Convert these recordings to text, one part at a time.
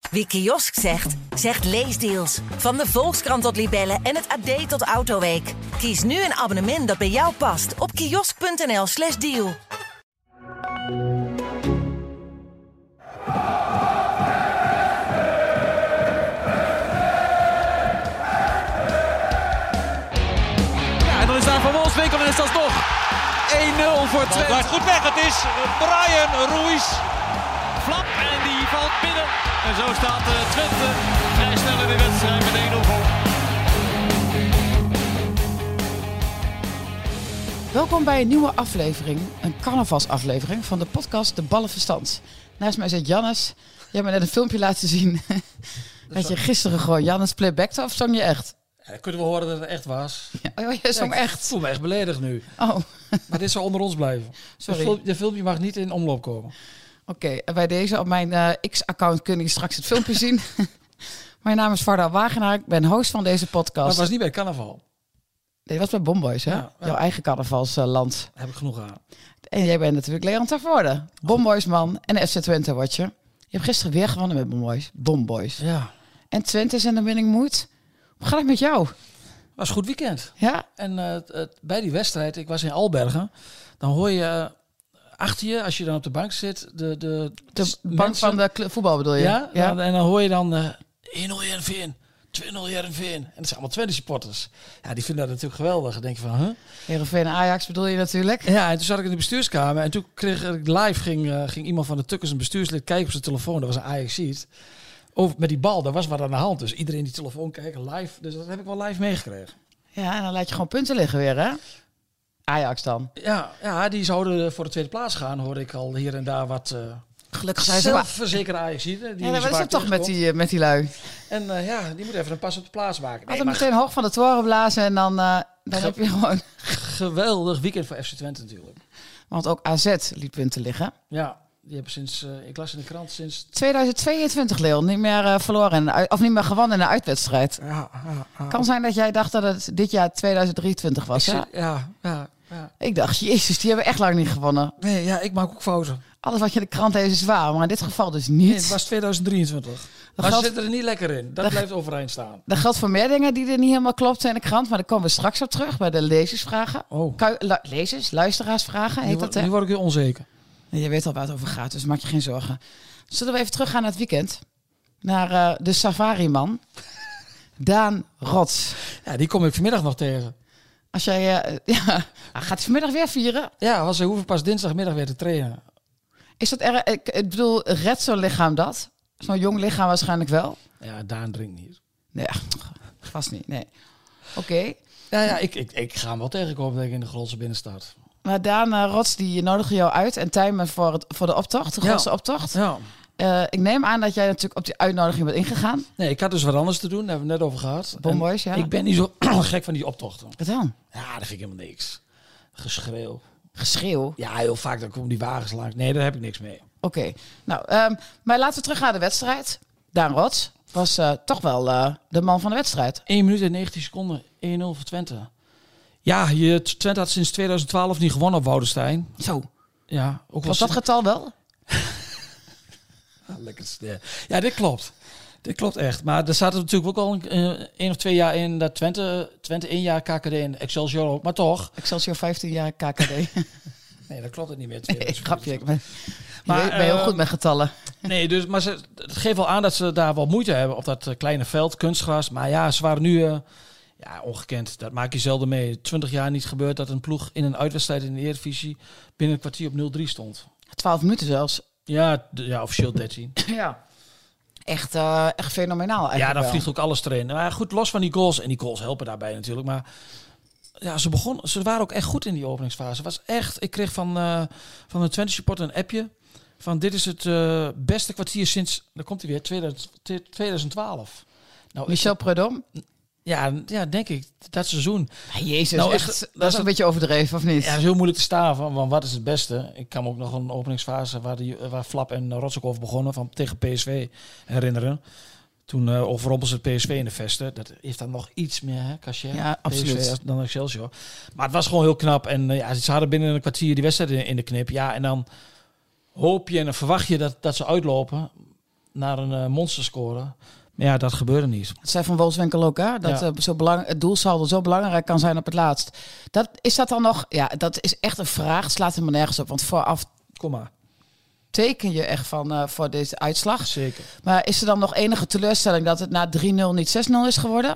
Wie kiosk zegt, zegt leesdeals. Van de Volkskrant tot Libellen en het AD tot Autoweek. Kies nu een abonnement dat bij jou past op kiosk.nl/deal. Ja, en dan is daar Van Wolfswinkel en is dat toch 1-0 voor Twente. Blijft goed weg, het is Brian Ruiz. Flap en die valt binnen. En zo staat Twente vrij snel in de wedstrijd met 1-0 voor. Welkom bij een nieuwe aflevering, een carnavalsaflevering van de podcast De Ballenverstand. Naast mij zit Jannes. Jij hebt me net een filmpje laten zien. Dat je gisteren gewoon Jannes playbackte of zong je echt? Ja, kunnen we horen dat het echt was. Ja, oh, je zong echt. Ik voel me echt beledigd nu. Oh, Maar dit zal onder ons blijven. sorry. De filmpje mag niet in omloop komen. Oké, en bij deze op mijn X-account kun je straks het filmpje zien. Mijn naam is Varda Wagenaar, ik ben host van deze Maar podcast. het was niet bij carnaval. Nee, dat was bij Bomboys, hè? Ja, ja. Jouw eigen carnavalsland. Daar heb ik genoeg aan. En jij bent natuurlijk Leon Tervoorde, Bomboysman en FC Twente watcher. Je hebt gisteren weer gewonnen met Bomboys. Ja, En Twente is in de winning mood. Hoe gaat het met jou? was een goed weekend. Ja? En bij die wedstrijd, ik was in Albergen, dan hoor je achter je, als je dan op de bank zit, de Bank mensen, van de voetbal bedoel je? ja, en dan hoor je dan 1-0 Heerenveen, 2-0 Heerenveen. En dat zijn allemaal Twente supporters. Ja, die vinden dat natuurlijk geweldig. Dan denk je van, huh? Heerenveen en Ajax bedoel je natuurlijk? Ja, en toen zat ik in de bestuurskamer en toen kreeg ik live, ging iemand van de Tukkers, een bestuurslid, kijken op zijn telefoon. Dat was een Ajax-seat. Met die bal, daar was wat aan de hand. Dus iedereen die telefoon kijken live. Dus dat heb ik wel live meegekregen. Ja, en dan laat je gewoon punten liggen weer, hè? Ajax dan. Ja, die zouden voor de tweede plaats gaan, hoorde ik al hier en daar wat Gelukkig zijn ze... zelfverzekerde Ajax-seaten. Ja, wat is het toch met die lui? En die moet even een pas op de plaats maken. Altijd meteen hoog van de toren blazen en dan heb je gewoon... Geweldig weekend voor FC Twente natuurlijk. Want ook AZ liet punten liggen. Ja, die hebben sinds, ik las in de krant, sinds... 2022, Leon, niet meer verloren of niet meer gewonnen in de uitwedstrijd. Ja. Kan zijn dat jij dacht dat het dit jaar 2023 was, hè? Ja. Ik dacht, jezus, die hebben echt lang niet gewonnen. Nee, ja, ik maak ook fouten. Alles wat je in de krant leest is waar, maar in dit geval dus niet. Nee, het was 2023. Maar geldt- ze zitten er niet lekker in. Dat blijft overeind staan. Dat geldt voor meer dingen die er niet helemaal klopten in de krant, maar daar komen we straks op terug bij de lezersvragen. Oh. Luisteraarsvragen heet dat, hè? Nu word ik weer onzeker. Nee, je weet al waar het over gaat, dus maak je geen zorgen. Zullen we even teruggaan naar het weekend? Naar de safari-man, Daan Rots. Ja, die kom ik vanmiddag nog tegen. Als jij, gaat hij vanmiddag weer vieren? Ja, ze hoeven pas dinsdagmiddag weer te trainen. Is dat erg? Ik bedoel, redt zo'n lichaam dat? Zo'n jong lichaam waarschijnlijk wel? Ja, Daan drinkt niet. Nee, vast niet, nee. Oké. Ja, ik ga hem wel tegenkomen denk ik in de Grolse binnenstad. Maar Daan Rots, die nodigde jou uit en timen voor de optocht, de grootste optocht. Ja. Ik neem aan dat jij natuurlijk op die uitnodiging bent ingegaan. Nee, ik had dus wat anders te doen. Daar hebben we het net over gehad. Bomboys, En ja. Ik ben niet zo gek van die optochten. Wat dan? Ja, dat vind ik helemaal niks. Geschreeuw. Geschreeuw. Ja, heel vaak dan komen die wagens langs. Nee, daar heb ik niks mee. Oké. Nou, maar laten we terug naar de wedstrijd. Daan Rots was toch wel de man van de wedstrijd. 1 minuut en 19 seconden. 1-0 voor Twente. Ja, Twente had sinds 2012 niet gewonnen op Woudenstein. Zo. Ja, ook Was dat getal wel? lekker. Ja, dit klopt. Dit klopt echt. Maar er zaten natuurlijk ook al 1 of 2 jaar in dat Twente 1 jaar KKD en Excelsior ook. Maar toch. Excelsior 15 jaar KKD. Nee, dat klopt het niet meer. Nee, grapje. Ik ben Maar, heel goed met getallen. Nee, dus, maar het geeft wel aan dat ze daar wel moeite hebben op dat kleine veld, kunstgras. Maar ja, ze waren nu ongekend. Dat maak je zelden mee. 20 jaar niet gebeurd dat een ploeg in een uitwedstrijd in de Eredivisie binnen een kwartier op 0-3 stond. 12 minuten zelfs. Ja, officieel 13. Ja. Echt fenomenaal eigenlijk. Ja, dan wel. vliegt ook alles erin. Maar goed, los van die goals. En die goals helpen daarbij natuurlijk. Maar ja, ze waren ook echt goed in die openingsfase. Was echt, ik kreeg van een Twente supporter een appje. Van dit is het beste kwartier sinds, daar komt hij weer, 2012. Nou, Michel Prudhomme? Ja, denk ik. Dat seizoen. Ja, Jezus, Nou, echt, dat is een beetje overdreven, of niet? Ja, het is heel moeilijk te staan van wat is het beste. Ik kan me ook nog een openingsfase waar Flap en Rotsokov begonnen van tegen PSV herinneren. Toen overrompelde ze PSV in de vesten. Dat heeft dan nog iets meer cachet. Ja, absoluut. PSV dan Excelsior. Maar het was gewoon heel knap. En ze hadden binnen een kwartier die wedstrijd in de knip. Ja, en dan hoop je en dan verwacht je dat ze uitlopen. naar een monster scoren. Maar ja, dat gebeurde niet. Dat zei Van Wolfswinkel ook, hè? Dat het doelsaldo zo belangrijk kan zijn op het laatst. Is dat dan nog... Ja, dat is echt een vraag. Het slaat helemaal nergens op. Want vooraf Kom maar. teken je echt voor deze uitslag. Zeker. Maar is er dan nog enige teleurstelling dat het na 3-0 niet 6-0 is geworden?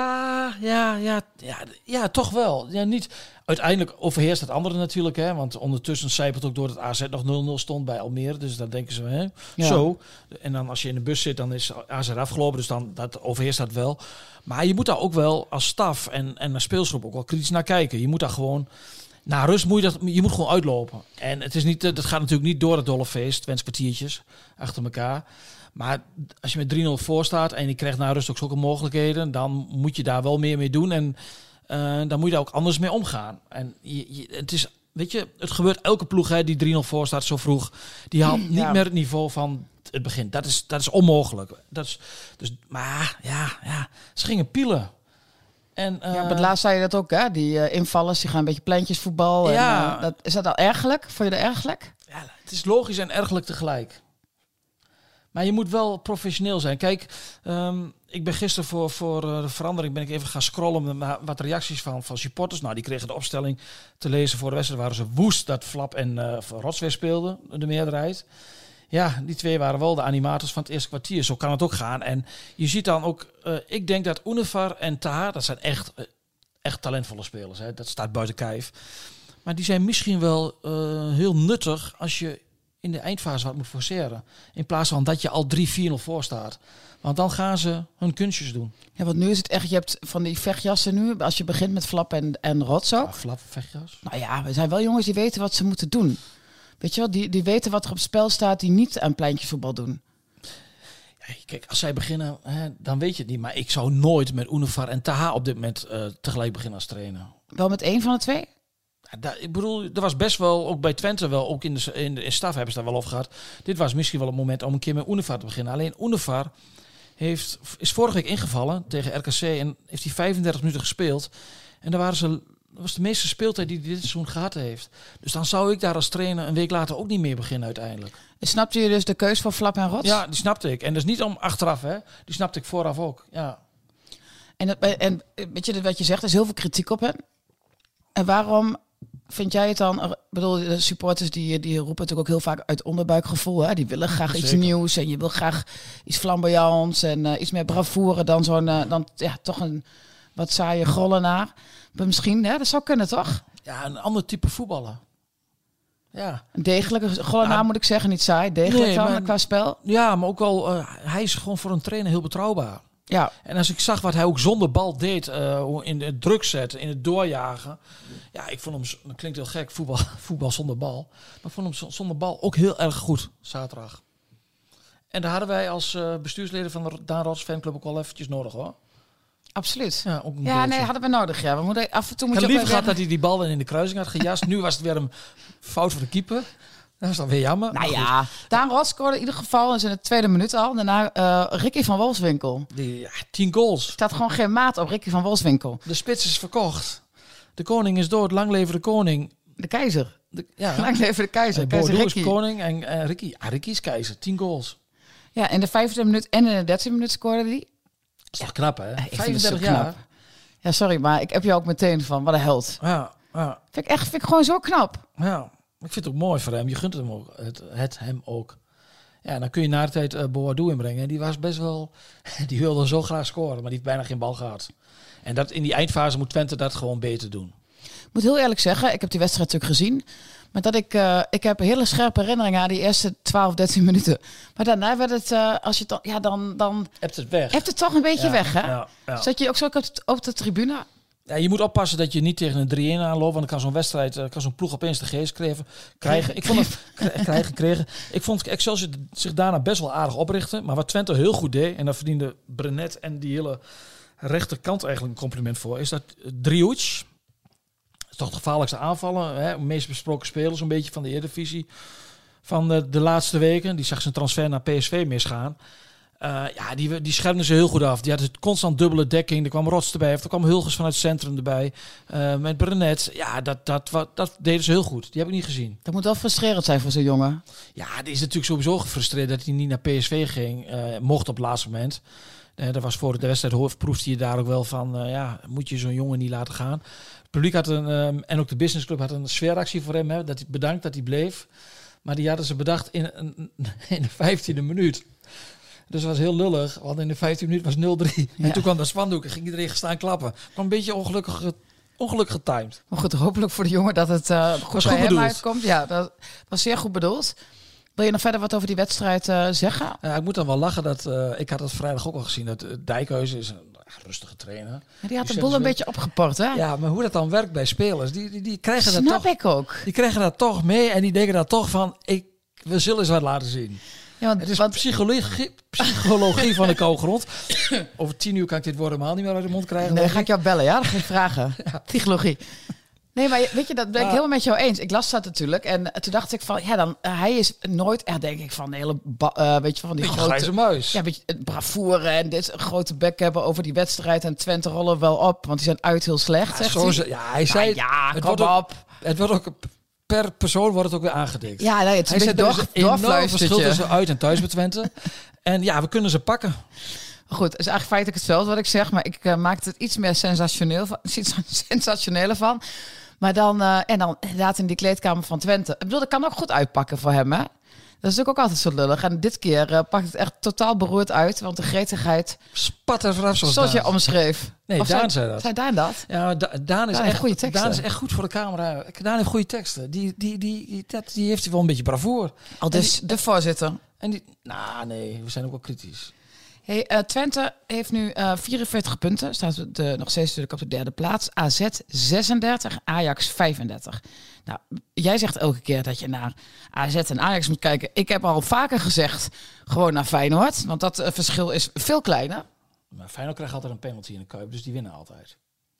Ja, toch wel. Ja, niet. Uiteindelijk overheerst het andere natuurlijk, hè? Want ondertussen zijpelt ook door dat AZ nog 0-0 stond bij Almere. Dus dan denken ze, hè, zo. En dan als je in de bus zit, dan is AZ afgelopen. Dus dan overheerst dat wel. Maar je moet daar ook wel als staf en als speelsgroep ook wel kritisch naar kijken. Je moet daar gewoon... Na rust moet je moet gewoon uitlopen. En het is niet, dat gaat natuurlijk niet door het dolle feest, Twents kwartiertjes achter elkaar. Maar als je met 3-0 voor staat en je krijgt na rust ook zulke mogelijkheden, dan moet je daar wel meer mee doen. En dan moet je daar ook anders mee omgaan. En het is, weet je, het gebeurt elke ploeg hè, die 3-0 voor staat zo vroeg. Die haalt niet meer het niveau van het begin. Dat is onmogelijk. Maar ze gingen pielen. En, maar het laatst zei je dat ook, hè? Die invallers, die gaan een beetje pleintjesvoetbal. Is dat al ergerlijk? Vond je dat ergerlijk? Ja, het is logisch en ergerlijk tegelijk. Maar je moet wel professioneel zijn. Kijk, ik ben gisteren voor de verandering ben ik even gaan scrollen met wat reacties van supporters. Nou, die kregen de opstelling te lezen voor de wedstrijd. Waren ze woest dat Flap en Rots weer speelden, de meerderheid. Ja, die twee waren wel de animators van het eerste kwartier. Zo kan het ook gaan. En je ziet dan ook... ik denk dat Univar en Taha, dat zijn echt talentvolle spelers. Hè. Dat staat buiten kijf. Maar die zijn misschien wel heel nuttig als je in de eindfase wat moet forceren. In plaats van dat je al 3-4-0 voor staat. Want dan gaan ze hun kunstjes doen. Ja, want nu is het echt... Je hebt van die vechtjassen nu, als je begint met Flap en Rots ook. Ja, Flap, vechtjas. Nou ja, we zijn wel jongens die weten wat ze moeten doen. Weet je wel, die weten wat er op spel staat, die niet aan pleintjesvoetbal doen. Ja, kijk, als zij beginnen, dan weet je het niet. Maar ik zou nooit met Univar en Taha op dit moment tegelijk beginnen als trainer. Wel met één van de twee? Ja, ik bedoel, er was best wel, ook bij Twente wel, ook in de staf hebben ze daar wel over gehad. Dit was misschien wel het moment om een keer met Univar te beginnen. Alleen Univar is vorige week ingevallen tegen RKC en heeft hij 35 minuten gespeeld. En daar was de meeste speeltijd die dit seizoen gehad heeft. Dus dan zou ik daar als trainer een week later ook niet meer beginnen uiteindelijk. En snapte je dus de keus van Flap en Rots? Ja, die snapte ik. En dat is niet om achteraf, hè. Die snapte ik vooraf ook, ja. En weet je wat je zegt, er is heel veel kritiek op hem. En waarom vind jij het dan... Ik bedoel, de supporters die roepen natuurlijk ook heel vaak uit onderbuikgevoel. Hè? Die willen graag iets nieuws en je wil graag iets flamboyants en iets meer bravoure dan toch een wat saaie grollenaar. Maar misschien, hè? Dat zou kunnen, toch? Ja, een ander type voetballer. Ja. Een degelijke grollenaar moet ik zeggen, niet saai. Degelijk dan qua spel. Ja, maar ook wel, hij is gewoon voor een trainer heel betrouwbaar. Ja. En als ik zag wat hij ook zonder bal deed, in het druk zetten, in het doorjagen. Ja, ik vond hem, dat klinkt heel gek, voetbal zonder bal. Maar ik vond hem zonder bal ook heel erg goed, zaterdag. En daar hadden wij als bestuursleden van de Daan Rots fanclub ook wel eventjes nodig, hoor. Absoluut. Ja, ook hadden we nodig. Ja, we moeten af en toe ik had liever gehad dat hij die bal dan in de kruising had gejast. Nu was het weer een fout van de keeper. Dat is dan weer jammer. Nou ja, Daan Rots scoorde in ieder geval in de tweede minuut al. Daarna Ricky van Wolfswinkel. 10 goals. Er staat gewoon geen maat op Ricky van Wolfswinkel. De spits is verkocht. De koning is dood. Lang leven de koning. De keizer. Lang leven de keizer. Keizer Ricky is koning en Ricky. Ricky is keizer. 10 goals. Ja, in de 25e minuut en in de 13e minuut scoorde hij. Dat is toch knap, hè? Ik 35 jaar. Knap. Ja, sorry, maar ik heb je ook meteen van, wat een held. Ja. Vind ik gewoon zo knap. Ja, ik vind het ook mooi voor hem. Je gunt het hem ook. Het hem ook. Ja, dan kun je na de tijd Boadu inbrengen. Die was best wel... Die wilde zo graag scoren, maar die heeft bijna geen bal gehad. En dat in die eindfase moet Twente dat gewoon beter doen. Ik moet heel eerlijk zeggen, ik heb die wedstrijd natuurlijk gezien. Maar dat ik heb hele scherpe herinneringen aan die eerste 12, 13 minuten. Maar daarna werd het, als je dan hebt het weg. Hebt het toch een beetje weg, hè? Ja. Zat je ook zo op de tribune? Ja, je moet oppassen dat je niet tegen een 3-1 aanloopt. Want dan kan zo'n wedstrijd, kan zo'n ploeg opeens de geest krijgen. Ik vond het Ik vond Excelsior zich daarna best wel aardig oprichten. Maar wat Twente heel goed deed, en daar verdiende Brenet en die hele rechterkant eigenlijk een compliment voor, is dat Drioets, toch de gevaarlijkste aanvallen, hè, meest besproken speler, zo'n beetje van de Eredivisie van de laatste weken. Die zag zijn transfer naar PSV misgaan. Die schermden ze heel goed af. Die hadden constant dubbele dekking. Er kwam Rots erbij. Of er kwam Hulges vanuit het centrum erbij. Met Brenet. Ja, dat deden ze heel goed. Die heb ik niet gezien. Dat moet wel frustrerend zijn voor zo'n jongen. Ja, die is natuurlijk sowieso gefrustreerd dat hij niet naar PSV ging. Mocht op het laatste moment. Dat was voor de wedstrijd. Proefde je daar ook wel van. Moet je zo'n jongen niet laten gaan. Het publiek had en ook de businessclub had een sfeeractie voor hem. Dat hij bedankt dat hij bleef. Maar die hadden ze bedacht in de 15e minuut. Dus het was heel lullig, want in de 15 minuten was 0-3. Ja. En toen kwam de spandoek en ging iedereen staan klappen. Kwam een beetje ongelukkig getimed. Maar goed, hopelijk voor de jongen dat het goed bij hem uitkomt. Ja, dat was zeer goed bedoeld. Wil je nog verder wat over die wedstrijd zeggen? Ik moet dan wel lachen dat ik had het vrijdag ook al gezien. Dat Dijkhuizen is een rustige trainer. Ja, die had de boel een beetje opgeport, hè? Ja, maar hoe dat dan werkt bij spelers, die krijgen Snap dat toch. Ik ook. Die krijgen dat toch mee en die denken dat toch van, we zullen eens wat laten zien. Ja, want, Het is psychologie van de koude grond. Over 10 uur kan ik dit woord helemaal niet meer uit de mond krijgen. Nee, ga ik jou bellen, ja? Dat geen vragen. Ja. Psychologie. Nee, maar weet je, dat ben ik helemaal met jou eens. Ik las dat natuurlijk. En toen dacht ik van, hij is nooit echt, denk ik, van de hele, weet je, van die grote grijze muis. Ja, een beetje bravoure en dit grote bek hebben over die wedstrijd. En Twente rollen wel op, want die zijn uit heel slecht, zegt hij. Hij zei, het wordt ook per persoon wordt het ook weer aangedikt. Ja, nee, het is hij een beetje enorm verschil tussen uit en thuis met Twente. En ja, we kunnen ze pakken. Goed, het is eigenlijk feitelijk hetzelfde wat ik zeg, maar ik maak het iets meer sensationeler van. Maar dan, en dan inderdaad in die kleedkamer van Twente. Ik bedoel, dat kan ook goed uitpakken voor hem, hè? Dat is natuurlijk ook altijd zo lullig. En dit keer pakt het echt totaal beroerd uit, want de gretigheid spat er vanaf zoals je omschreef. Nee, Daan zei dat. Zei Daan dat? Ja, Daan is echt goede teksten. Daan is echt goed voor de camera. Daan heeft goede teksten. Die heeft wel een beetje bravoer. Al dus de voorzitter. En nee, we zijn ook wel kritisch. Hey, Twente heeft nu 44 punten. Staat nog steeds natuurlijk op de derde plaats. AZ 36, Ajax 35. Nou, jij zegt elke keer dat je naar AZ en Ajax moet kijken. Ik heb al vaker gezegd, gewoon naar Feyenoord. Want dat verschil is veel kleiner. Maar Feyenoord krijgt altijd een penalty in de Kuip, dus die winnen altijd.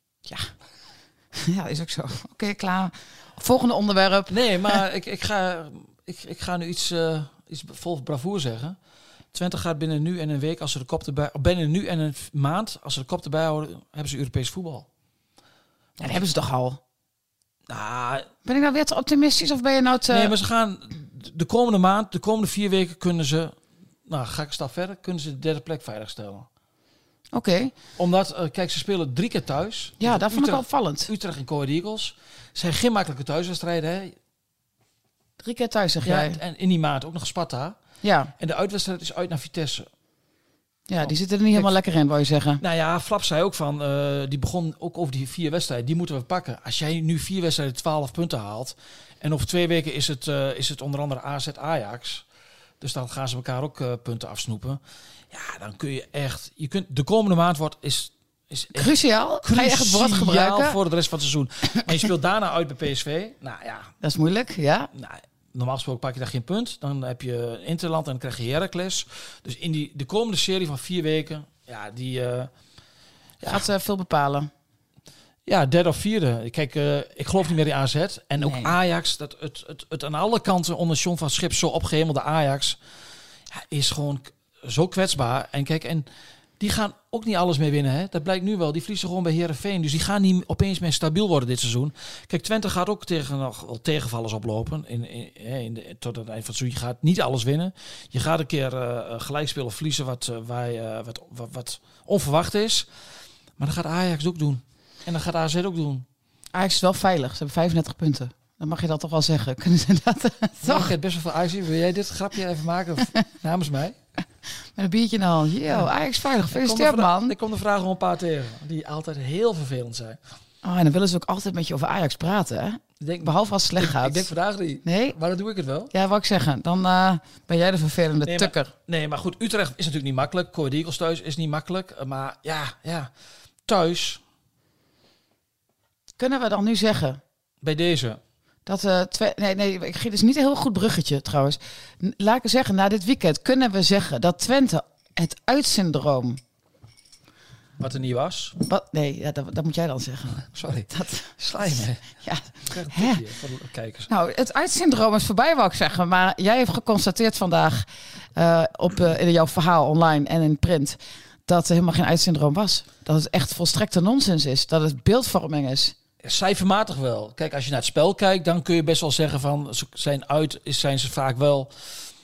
Ja, is ook zo. Oké, klaar. Volgende onderwerp. Nee, maar ik ga nu iets vol bravoer zeggen. Twente gaat binnen nu en een week, als ze de kop erbij, binnen nu en een maand, als ze de kop erbij houden, hebben ze Europees voetbal. Ja, dat hebben ze toch al? Nou, ben ik nou weer te optimistisch of ben je nou te... Nee, maar ze gaan de komende maand, de komende 4 weken kunnen ze, ga ik een stap verder, kunnen ze de derde plek veiligstellen. Oké. Omdat, kijk, ze spelen 3 keer thuis. Ja, dus dat vond ik wel opvallend. Utrecht en Go Ahead Eagles zijn geen makkelijke thuiswedstrijden, hè? 3 keer thuis, zeg jij? En in die maand ook nog Sparta. Ja. En de uitwedstrijd is uit naar Vitesse. Ja, die zitten er niet helemaal lekker in, wou je zeggen. Nou ja, Flap zei ook van, die begon ook over die 4 wedstrijden. Die moeten we pakken. Als jij nu 4 wedstrijden 12 punten haalt. En over 2 weken is het onder andere AZ Ajax. Dus dan gaan ze elkaar ook punten afsnoepen. Ja, dan kun je echt... de komende maand is cruciaal. Ga je echt het woord gebruiken? Voor de rest van het seizoen. En je speelt daarna uit bij PSV. Nou ja. Dat is moeilijk, ja. Nou, normaal gesproken pak je daar geen punt. Dan heb je Interland en dan krijg je Heracles. Dus in de komende serie van 4 weken... Ja, die... gaat veel bepalen. Ja, derde of vierde. Kijk, ik geloof niet meer in AZ. En ook Ajax, dat het aan alle kanten onder John van Schip zo opgehemelde Ajax... Ja, is gewoon zo kwetsbaar. En kijk, en die gaan ook niet alles mee winnen. Hè? Dat blijkt nu wel. Die verliezen gewoon bij Heerenveen. Dus die gaan niet opeens meer stabiel worden dit seizoen. Kijk, Twente gaat ook nog wel tegenvallers oplopen. Tot het eind van het seizoen. Je gaat niet alles winnen. Je gaat een keer gelijk spelen of verliezen wat onverwacht is. Maar dat gaat Ajax ook doen. En dat gaat AZ ook doen. Ajax is wel veilig. Ze hebben 35 punten. Dan mag je dat toch wel zeggen. Kunnen ze dat toch? Je hebt best wel veel Ajax. Wil jij dit grapje even maken namens mij? Met een biertje in de hand. Ajax veilig. Gefeliciteerd, man. Ik kom de vragen een paar tegen. Die altijd heel vervelend zijn. Oh, en dan willen ze ook altijd met je over Ajax praten, hè? Behalve als het slecht gaat. Ik denk vandaag niet. Nee? Maar dan doe ik het wel. Ja, wou ik zeggen. Dan ben jij de vervelende tukker. Maar goed. Utrecht is natuurlijk niet makkelijk. Go Ahead Eagles thuis is niet makkelijk. Maar ja. Thuis. Kunnen we dan nu zeggen? Bij deze. Dat ik geef dus niet een heel goed bruggetje trouwens. Laat ik zeggen, na dit weekend kunnen we zeggen dat Twente het uitsyndroom Wat er niet was. Wat? Nee, ja, dat moet jij dan zeggen. Sorry. Dat, Slijm, hè? ja. Ik krijg een Hè? tikje voor de kijkers. Nou, het uitsyndroom is voorbij, wou ik zeggen. Maar jij hebt geconstateerd vandaag in jouw verhaal online en in print dat er helemaal geen uitsyndroom was. Dat het echt volstrekte nonsens is. Dat het beeldvorming is. Cijfermatig wel. Kijk, als je naar het spel kijkt, dan kun je best wel zeggen van zijn ze vaak wel.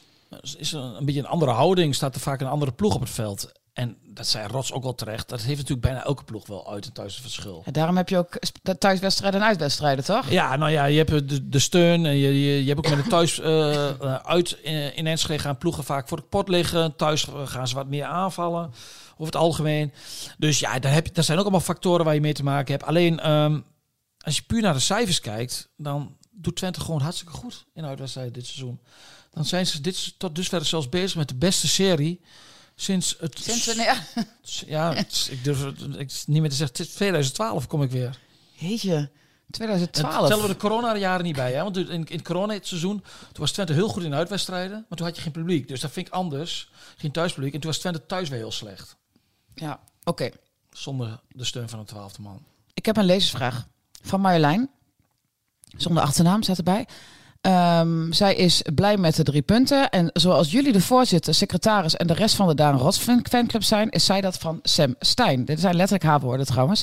Is er een beetje een andere houding, staat er vaak een andere ploeg op het veld. En dat zei Rots ook wel terecht. Dat heeft natuurlijk bijna elke ploeg wel uit en thuis een verschil. Ja, daarom heb je ook thuiswedstrijden en uitwedstrijden, toch? Ja, nou ja, je hebt de steun. En je hebt ook met de thuis uit in Enschede gaan ploegen vaak voor de pot liggen. Thuis gaan ze wat meer aanvallen, over het algemeen. Dus ja, daar zijn ook allemaal factoren waar je mee te maken hebt. Alleen, als je puur naar de cijfers kijkt, dan doet Twente gewoon hartstikke goed in de uitwedstrijden dit seizoen. Dan zijn ze tot dusver zelfs bezig met de beste serie sinds het... Sinds wanneer? Ja, ik durf het niet meer te zeggen. 2012 kom ik weer. Jeetje, 2012. En tellen we de corona-jaren niet bij. Hè? Want in corona-seizoen, toen was Twente heel goed in de uitwedstrijden, maar toen had je geen publiek. Dus dat vind ik anders. Geen thuispubliek. En toen was Twente thuis weer heel slecht. Ja, oké. Zonder de steun van de 12e man. Ik heb een lezersvraag van Marjolein. Zonder achternaam staat erbij. Zij is blij met de 3 punten. En zoals jullie de voorzitter, secretaris en de rest van de Daan Rots fanclub zijn, is zij dat van Sam Stein. Dit zijn letterlijk haar woorden trouwens.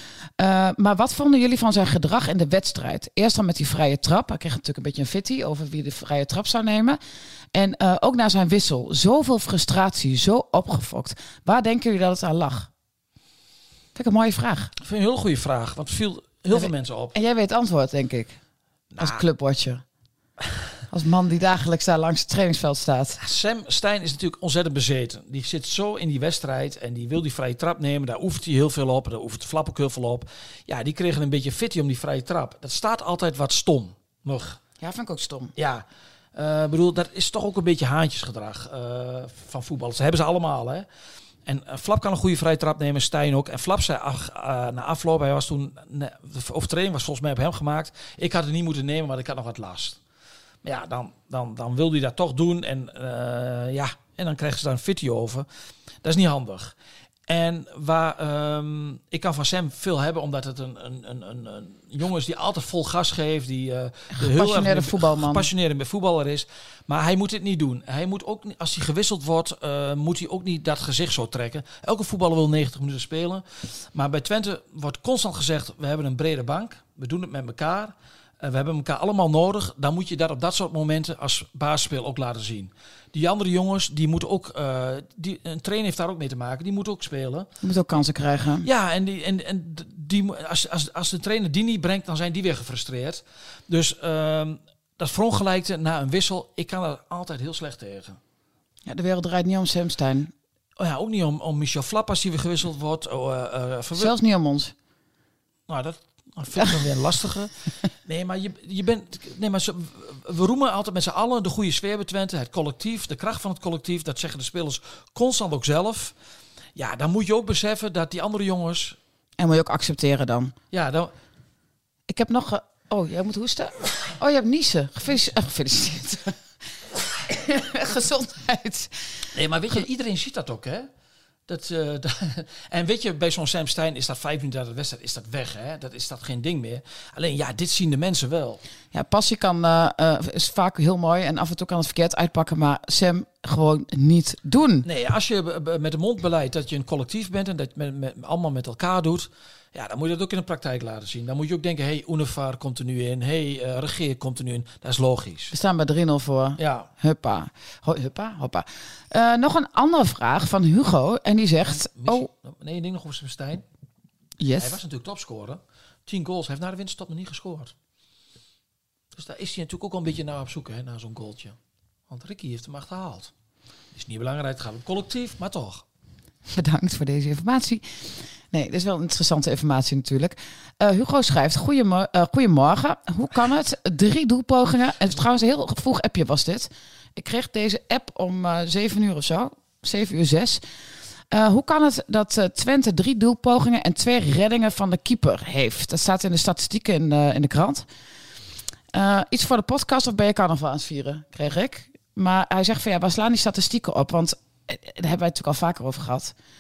Maar wat vonden jullie van zijn gedrag in de wedstrijd? Eerst dan met die vrije trap. Hij kreeg natuurlijk een beetje een fitty over wie de vrije trap zou nemen. En ook na zijn wissel. Zoveel frustratie, zo opgefokt. Waar denken jullie dat het aan lag? Vind ik een mooie vraag. Ik vind het een heel goede vraag, want het viel heel veel mensen op. En jij weet het antwoord, denk ik. Als clubwatcher. Als man die dagelijks daar langs het trainingsveld staat. Sam Stein is natuurlijk ontzettend bezeten. Die zit zo in die wedstrijd en die wil die vrije trap nemen. Daar oefent hij heel veel op. Daar oefent de Flap ook heel veel op. Ja, die kregen een beetje fitty om die vrije trap. Dat staat altijd wat stom. Nog. Ja, vind ik ook stom. Ja, bedoel, dat is toch ook een beetje haantjesgedrag van voetballers. Dat hebben ze allemaal, hè. En Flap kan een goede vrije trap nemen, Stijn ook. En Flap zei na afloop, hij was toen, de overtreding was volgens mij op hem gemaakt. Ik had het niet moeten nemen, maar ik had nog wat last. Maar ja, dan wil hij dat toch doen. En en dan krijgen ze daar een fitty over. Dat is niet handig. En waar ik kan van Sam veel hebben, omdat het een jongen is die altijd vol gas geeft, die gepassioneerde voetbalman, gepassioneerde voetballer is. Maar hij moet dit niet doen. Hij moet ook, als hij gewisseld wordt, moet hij ook niet dat gezicht zo trekken. Elke voetballer wil 90 minuten spelen. Maar bij Twente wordt constant gezegd, we hebben een brede bank. We doen het met elkaar. We hebben elkaar allemaal nodig. Dan moet je dat op dat soort momenten als basisspeel ook laten zien. Die andere jongens, die moeten ook... een trainer heeft daar ook mee te maken. Die moeten ook spelen. Die moet ook kansen krijgen. Ja, als de trainer die niet brengt, dan zijn die weer gefrustreerd. Dus dat verongelijkte na een wissel, ik kan er altijd heel slecht tegen. Ja, de wereld draait niet om Sam Stein. Oh ja, ook niet om Michel Flap als die weer gewisseld wordt. Zelfs niet om ons. Nou, dat vind ik dan weer een lastige. Nee, maar we roemen altijd met z'n allen de goede sfeer bij Twente. Het collectief, de kracht van het collectief. Dat zeggen de spelers constant ook zelf. Ja, dan moet je ook beseffen dat die andere jongens... En moet je ook accepteren dan. Ja, dan... Ik heb nog... Oh, jij moet hoesten? Oh, je hebt niezen. Gefeliciteerd. Gezondheid. Nee, maar weet je, iedereen ziet dat ook, hè? En weet je, bij zo'n Sam Stein is dat 5 minuten uit de wedstrijd, is dat weg, hè? Dat is dat geen ding meer. Alleen, ja, dit zien de mensen wel. Ja, passie is vaak heel mooi en af en toe kan het verkeerd uitpakken, maar Sam gewoon niet doen. Nee, als je met de mond beleidt dat je een collectief bent en dat je allemaal met elkaar doet, ja, dan moet je dat ook in de praktijk laten zien. Dan moet je ook denken, Unifar komt er nu in, Regeer komt er nu in. Dat is logisch. We staan bij 3-0 voor. Ja. Huppa. Hoppa. Nog een andere vraag van Hugo. En die zegt... Nee, een ding nog over Sam Stein. Yes. Hij was natuurlijk topscorer. 10 goals. Hij heeft na de winterstop nog niet gescoord. Dus daar is hij natuurlijk ook al een beetje naar op zoek, hè, naar zo'n goaltje. Want Ricky heeft hem achterhaald. Is niet belangrijk, het gaat om collectief, maar toch. Bedankt voor deze informatie. Nee, dit is wel een interessante informatie natuurlijk. Hugo schrijft, goedemorgen. Hoe kan het? 3 doelpogingen. En trouwens, een heel vroeg appje was dit. Ik kreeg deze app om 7 uur of zo. 7:06. Hoe kan het dat Twente 3 doelpogingen en 2 reddingen van de keeper heeft? Dat staat in de statistieken in de krant. Iets voor de podcast of ben je carnaval aan het vieren? Kreeg ik. Maar hij zegt van waar slaan die statistieken op? Want daar hebben wij het natuurlijk al vaker over gehad.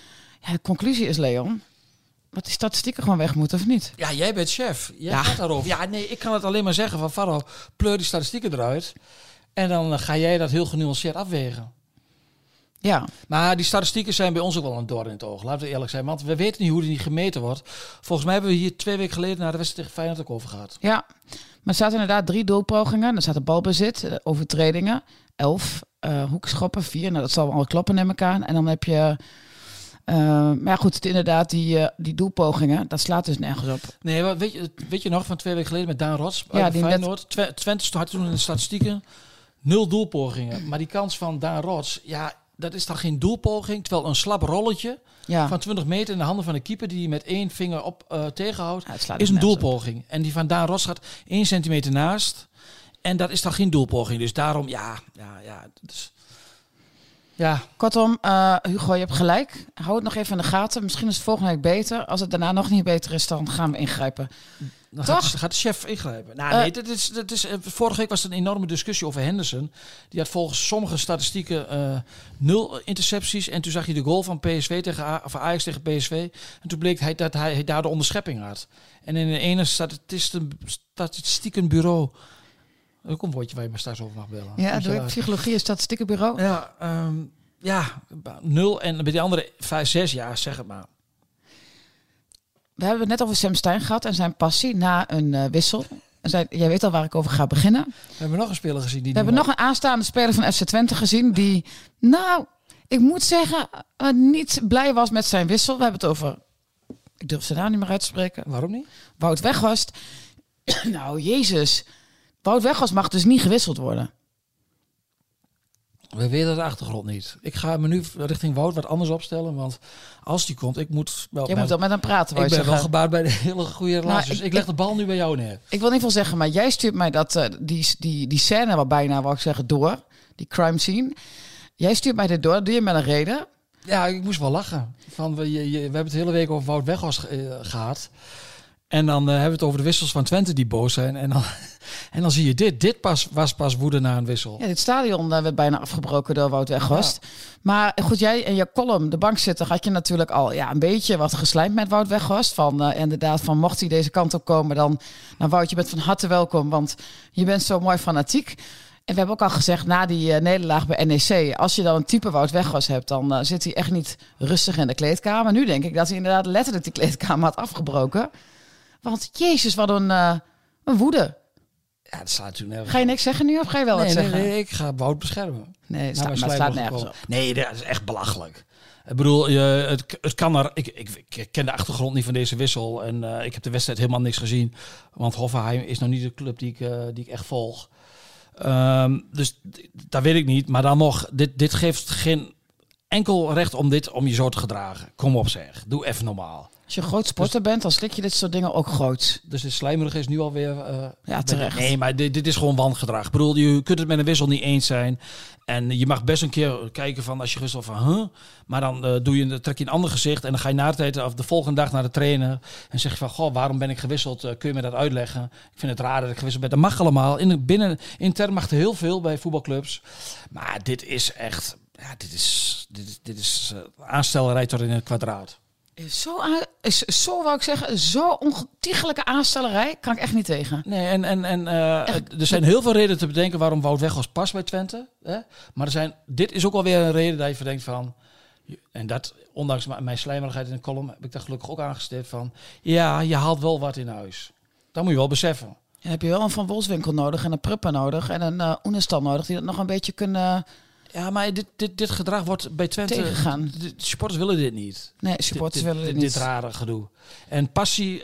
Ja, de conclusie is, Leon, dat die statistieken gewoon weg moeten, of niet? Ja, jij bent chef. Jij gaat daarover. Ja, nee, ik kan het alleen maar zeggen van Varro, pleur die statistieken eruit. En dan ga jij dat heel genuanceerd afwegen. Ja. Maar die statistieken zijn bij ons ook wel een doorn in het oog. Laten we eerlijk zijn. Want we weten niet hoe die gemeten wordt. Volgens mij hebben we hier 2 weken geleden naar de wedstrijd tegen Feyenoord ook over gehad. Ja, maar er zaten inderdaad 3 doelpogingen. Er zaten balbezit, overtredingen, 11, hoekschoppen, 4. Nou, dat zal wel kloppen, neem ik aan. En dan heb je... maar goed, inderdaad, die doelpogingen, dat slaat dus nergens op. Nee, maar weet je nog van 2 weken geleden met Daan Rots Ja, bij Feyenoord? Twente had toen in de statistieken 0 doelpogingen. Maar die kans van Daan Rots, ja, dat is dan geen doelpoging. Terwijl een slap rolletje van 20 meter in de handen van de keeper die met 1 vinger op tegenhoudt, is een doelpoging. En die van Daan Rots gaat 1 centimeter naast. En dat is dan geen doelpoging. Dus daarom, Dus, ja. Kortom, Hugo, je hebt gelijk. Hou het nog even in de gaten. Misschien is het volgende week beter. Als het daarna nog niet beter is, dan gaan we ingrijpen. Dan Toch? gaat de chef ingrijpen. Nou, nee, dit is, vorige week was er een enorme discussie over Henderson. Die had volgens sommige statistieken 0 intercepties. En toen zag je de goal van PSV tegen Ajax tegen PSV. En toen bleek dat hij daar de onderschepping had. En in een ene statistiekenbureau... Ook een woordje waar je me straks over mag bellen. Ja, doe ik psychologie en statistiekenbureau. Ja, 0 en bij die andere 5, 6 jaar, zeg het maar. We hebben het net over Sam Stein gehad en zijn passie na een wissel. Jij weet al waar ik over ga beginnen. We hebben nog een speler gezien. We hebben nog een aanstaande speler van FC Twente gezien die, nou, ik moet zeggen, niet blij was met zijn wissel. We hebben het over, ik durf zijn naam niet meer uit te spreken. Waarom niet? Wout Weghorst. Nou, Jezus. Wout Weghorst mag dus niet gewisseld worden. We weten de achtergrond niet. Ik ga me nu richting Wout wat anders opstellen. Want als die komt, ik moet wel... Jij moet wel met hem praten. Ik ben wel gebaard bij de hele goede relatie. Dus ik leg de bal nu bij jou neer. Ik wil in ieder geval zeggen, maar jij stuurt mij die scène wat bijna, wou ik zeggen, door. Die crime scene. Jij stuurt mij dit door. Dat doe je met een reden. Ja, ik moest wel lachen. We hebben het de hele week over Wout Weghorst gehad. En dan hebben we het over de wissels van Twente die boos zijn. En dan zie je dit. Dit was pas woede na een wissel. Ja, dit stadion werd bijna afgebroken door Wout Weghorst. Ja. Maar goed, jij en je column, de bankzitter, had je natuurlijk al een beetje wat geslijmd met Wout Weghorst. Inderdaad, mocht hij deze kant op komen, dan Wout, je bent van harte welkom. Want je bent zo mooi fanatiek. En we hebben ook al gezegd, na die nederlaag bij NEC, als je dan een type Wout Weghorst hebt, dan zit hij echt niet rustig in de kleedkamer. Nu denk ik dat hij inderdaad letterlijk die kleedkamer had afgebroken. Want jezus, wat een woede. Ja, dat slaat natuurlijk nergens. Ga je niks zeggen nu of ga je wel wat zeggen? Nee, ik ga Wout beschermen. Nee, het slaat nergens op. Nee, dat is echt belachelijk. Ik bedoel, het kan er... Ik ken de achtergrond niet van deze wissel. En ik heb de wedstrijd helemaal niks gezien. Want Hoffenheim is nog niet de club die ik echt volg. Dus dat weet ik niet. Maar dan nog, dit geeft geen enkel recht om je zo te gedragen. Kom op zeg, doe even normaal. Als je een groot sporter bent, dan slik je dit soort dingen ook groot. Dus de slijmerig is nu alweer... terecht. Nee, maar dit is gewoon wangedrag. Ik bedoel, je kunt het met een wissel niet eens zijn. En je mag best een keer kijken van als je gewisseld van... Maar dan trek je een ander gezicht. En dan ga je na de tijd of de volgende dag naar de trainer. En zeg je van, goh, waarom ben ik gewisseld? Kun je me dat uitleggen? Ik vind het raar dat ik gewisseld ben. Dat mag allemaal. Intern mag er heel veel bij voetbalclubs. Maar dit is echt... Ja, dit is aanstellerij tot in het kwadraat. Zo wou ik zeggen, zo ontiegelijke aanstellerij kan ik echt niet tegen. Nee, er zijn heel veel redenen te bedenken waarom Wout Weghorst past bij Twente. Hè? Maar dit is ook alweer een reden dat je verdenkt van... En dat, ondanks mijn slijmerigheid in de column, heb ik daar gelukkig ook aangestipt van... Ja, je haalt wel wat in huis. Dat moet je wel beseffen. Ja, heb je wel een Van Wolfswinkel nodig en een Prupper nodig en een Oenestal nodig die dat nog een beetje kunnen... Ja, maar dit gedrag wordt bij Twente... tegengaan. De supporters willen dit niet. Nee, supporters willen dit niet. Dit rare gedoe. En passie,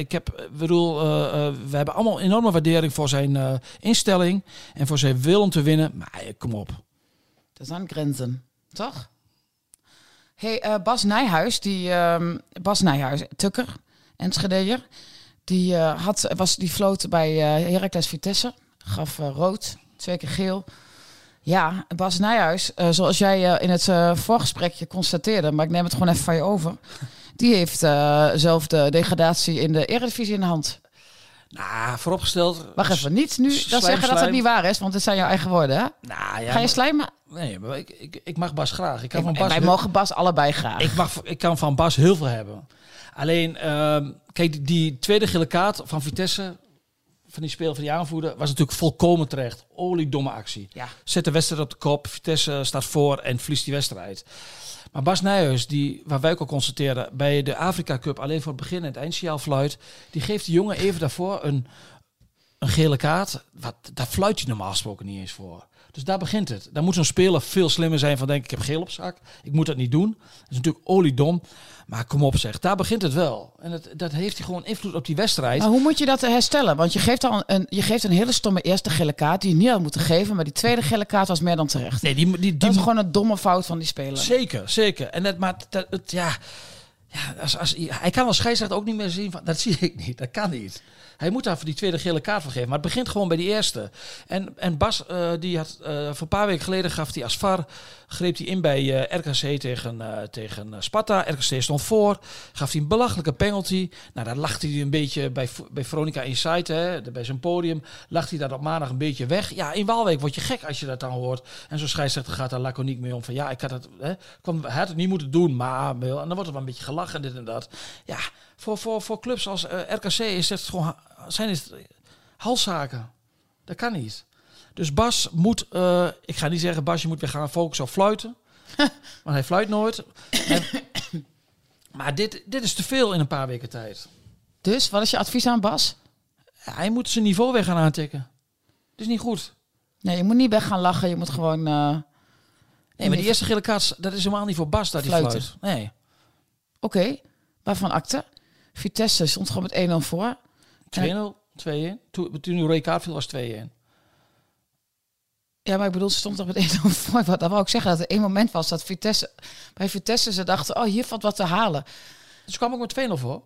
we hebben allemaal enorme waardering voor zijn instelling en voor zijn wil om te winnen. Maar kom op. Dat zijn grenzen, toch? Hey, Bas Nijhuis, Tukker, Enschedeer, die floot bij Heracles Vitesse, gaf rood, 2 keer geel. Ja, Bas Nijhuis, zoals jij in het voorgesprekje constateerde, maar ik neem het gewoon even van je over. Die heeft zelf de degradatie in de Eredivisie in de hand. Nou, vooropgesteld... Wacht even, niet nu Slijm, zeggen dat het slijm. niet waar is, want het zijn jouw eigen woorden, hè? Nou, ja, Ga je slijmen? Nee, maar ik mag Bas graag. Ik kan En van Bas wij mogen Bas allebei graag. Ik kan van Bas heel veel hebben. Alleen, kijk, die tweede gele kaart van Vitesse, van die speler, van die aanvoerder, was natuurlijk volkomen terecht. Oliedomme actie. Ja. Zet de wedstrijd op de kop, Vitesse staat voor en verliest die wedstrijd. Maar Bas Nijhuis, waar wij ook al constateren, bij de Afrika Cup alleen voor het begin en het eindsignaal fluit, die geeft die jongen even daarvoor een gele kaart. Daar fluit hij normaal gesproken niet eens voor. Dus daar begint het. Dan moet zo'n speler veel slimmer zijn van denk ik heb geel op zak. Ik moet dat niet doen. Dat is natuurlijk oliedom. Maar kom op zeg, daar begint het wel. En dat heeft hij gewoon invloed op die wedstrijd. Maar hoe moet je dat herstellen? Want je geeft een hele stomme eerste gele kaart die je niet had moeten geven. Maar die tweede gele kaart was meer dan terecht. Nee, Dat is gewoon een domme fout van die speler. Zeker. En hij kan als scheidsrechter ook niet meer zien van dat zie ik niet. Dat kan niet. Hij moet daar voor die tweede gele kaart van geven. Maar het begint gewoon bij die eerste. En Bas, die had voor een paar weken geleden gaf hij als VAR, greep hij in bij RKC tegen Sparta. RKC stond voor. Gaf hij een belachelijke penalty. Nou, daar lachte hij een beetje bij Veronica Insight, hè, bij zijn podium. Lacht hij daar op maandag een beetje weg. Ja, in Waalwijk word je gek als je dat dan hoort. En zo'n scheidsrechter gaat daar laconiek mee om. Van ja, hij had het niet moeten doen, maar... En dan wordt er wel een beetje gelachen, dit en dat. Ja, voor clubs als RKC is het gewoon... zijn het halszaken. Dat kan niet. Dus Bas moet... ik ga niet zeggen, Bas, je moet weer gaan focussen op fluiten. Want hij fluit nooit. Maar dit is te veel in een paar weken tijd. Dus, wat is je advies aan Bas? Hij moet zijn niveau weer gaan aantikken. Dat is niet goed. Nee, je moet niet weg gaan lachen. Je moet gewoon... Nee, maar die eerste gele kaart, dat is helemaal niet voor Bas dat hij Fluiten. fluit. Nee. Oké, waarvan akte? Vitesse stond gewoon met 1-0 voor. 2-0, 2-1. Toen die rode kaart viel was 2-1. Ja, maar ik bedoel, ze stond toch met 1-0 voor. Dat wou ik zeggen, dat er één moment was dat bij Vitesse ze dachten, oh, hier valt wat te halen. Dus kwam ook met 2-0 voor.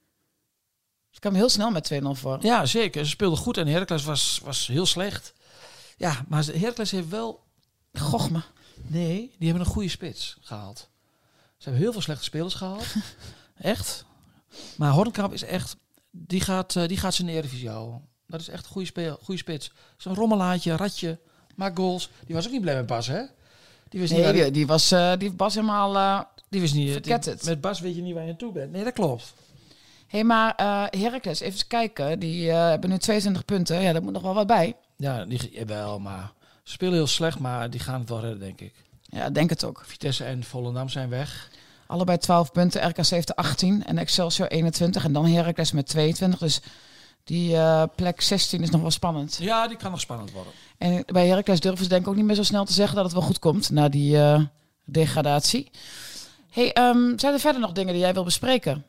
Ze kwamen heel snel met 2-0 voor. Ja, zeker. Ze speelden goed en Heracles was heel slecht. Ja, maar Heracles heeft wel... Gochme. Nee, die hebben een goede spits gehaald. Ze hebben heel veel slechte spelers gehaald. Echt. Maar Hornkamp is echt... Die gaat zijn Eredivisie houden. Dat is echt een goede spits. Zo'n rommelaatje, ratje, maakt goals. Die was ook niet blij met Bas, hè? Die wist niet Die heeft Bas helemaal die wist niet. verketterd. Met Bas weet je niet waar je naartoe bent. Nee, dat klopt. Hé, maar Heracles, even eens kijken. Die hebben nu 22 punten. Ja, daar moet nog wel wat bij. Ja, wel, maar ze spelen heel slecht, maar die gaan het wel redden, denk ik. Ja, denk het ook. Vitesse en Volendam zijn weg. Allebei 12 punten. RKC heeft er 18 en Excelsior 21. En dan Heracles met 22. Dus die plek 16 is nog wel spannend. Ja, die kan nog spannend worden. En bij Heracles durven ze denk ik ook niet meer zo snel te zeggen dat het wel goed komt na die degradatie. Hey, zijn er verder nog dingen die jij wil bespreken?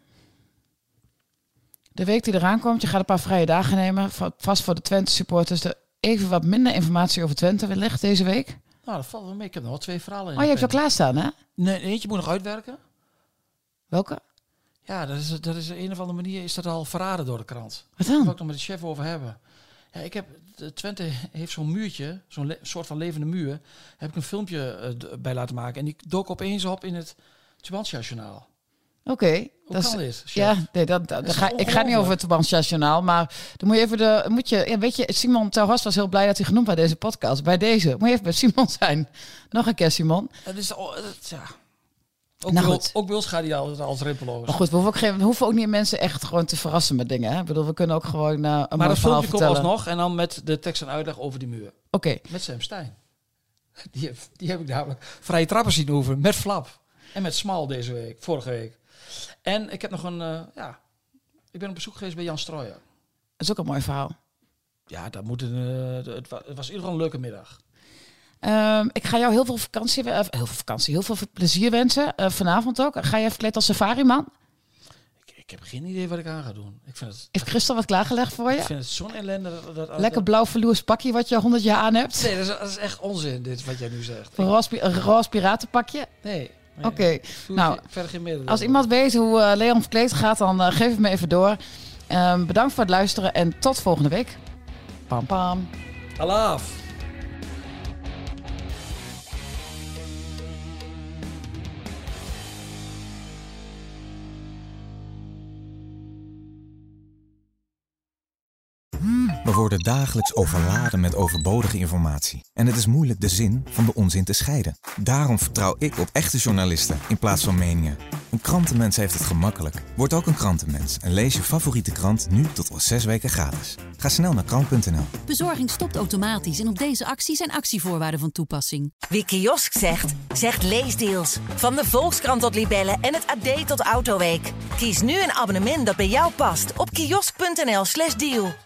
De week die eraan komt, je gaat een paar vrije dagen nemen. Vast voor de Twente supporters. Even wat minder informatie over Twente wellicht deze week. Nou, dat valt wel mee. Ik heb nog wel 2 verhalen in. Oh, je hebt al klaarstaan, hè? Nee, eentje moet nog uitwerken. Welke? Ja, dat is een of andere manier is dat al verraden door de krant. Wat Daar wil dan? ik nog met de chef over hebben. Ja, Twente heeft zo'n muurtje, soort van levende muur. Heb ik een filmpje bij laten maken. En die dook opeens op in het Tubantia-journaal. Oké. Hoe kan dit, chef? Ja, nee, ik ga niet over het Tubantia-journaal, maar dan moet je even weet je, Simon Terhorst was heel blij dat hij genoemd werd deze podcast. Bij deze moet je even bij Simon zijn. Nog een keer, Simon. Het is ja. Ook bij ons gaat hij als rimpeloos. Maar goed, we hoeven ook niet mensen echt gewoon te verrassen met dingen. Hè? Ik bedoel, we kunnen ook gewoon een maar mooi dat verhaal filmpje komt vertellen. alsnog en dan met de tekst en uitleg over die muur. Oké. Met Sam Stein. Die heb ik namelijk vrije trappen zien oefenen met Flap. En met Smal vorige week. En ik heb nog ik ben op bezoek geweest bij Jan Strooijer. Dat is ook een mooi verhaal. Ja, het was in ieder geval een leuke middag. Ik ga jou heel veel plezier wensen. Vanavond ook. Ga je verkleed als safari-man? Ik heb geen idee wat ik aan ga doen. Heeft Christel wat klaargelegd voor je? Ik vind het zo'n ellende. Lekker blauw verloers pakje wat je 100 jaar aan hebt? Nee, dat is echt onzin, dit wat jij nu zegt. Een roze piratenpakje? Nee. Oké. Nou, verder geen medelijden. als iemand weet hoe Leon verkleed gaat, dan geef het me even door. Bedankt voor het luisteren en tot volgende week. Pam pam. Alaaf. worden dagelijks overladen met overbodige informatie. En het is moeilijk de zin van de onzin te scheiden. Daarom vertrouw ik op echte journalisten in plaats van meningen. Een krantenmens heeft het gemakkelijk. Word ook een krantenmens en lees je favoriete krant nu tot wel 6 weken gratis. Ga snel naar krant.nl. Bezorging stopt automatisch en op deze actie zijn actievoorwaarden van toepassing. Wie kiosk zegt, zegt leesdeals. Van de Volkskrant tot Libellen en het AD tot Autoweek. Kies nu een abonnement dat bij jou past op kiosk.nl/deal.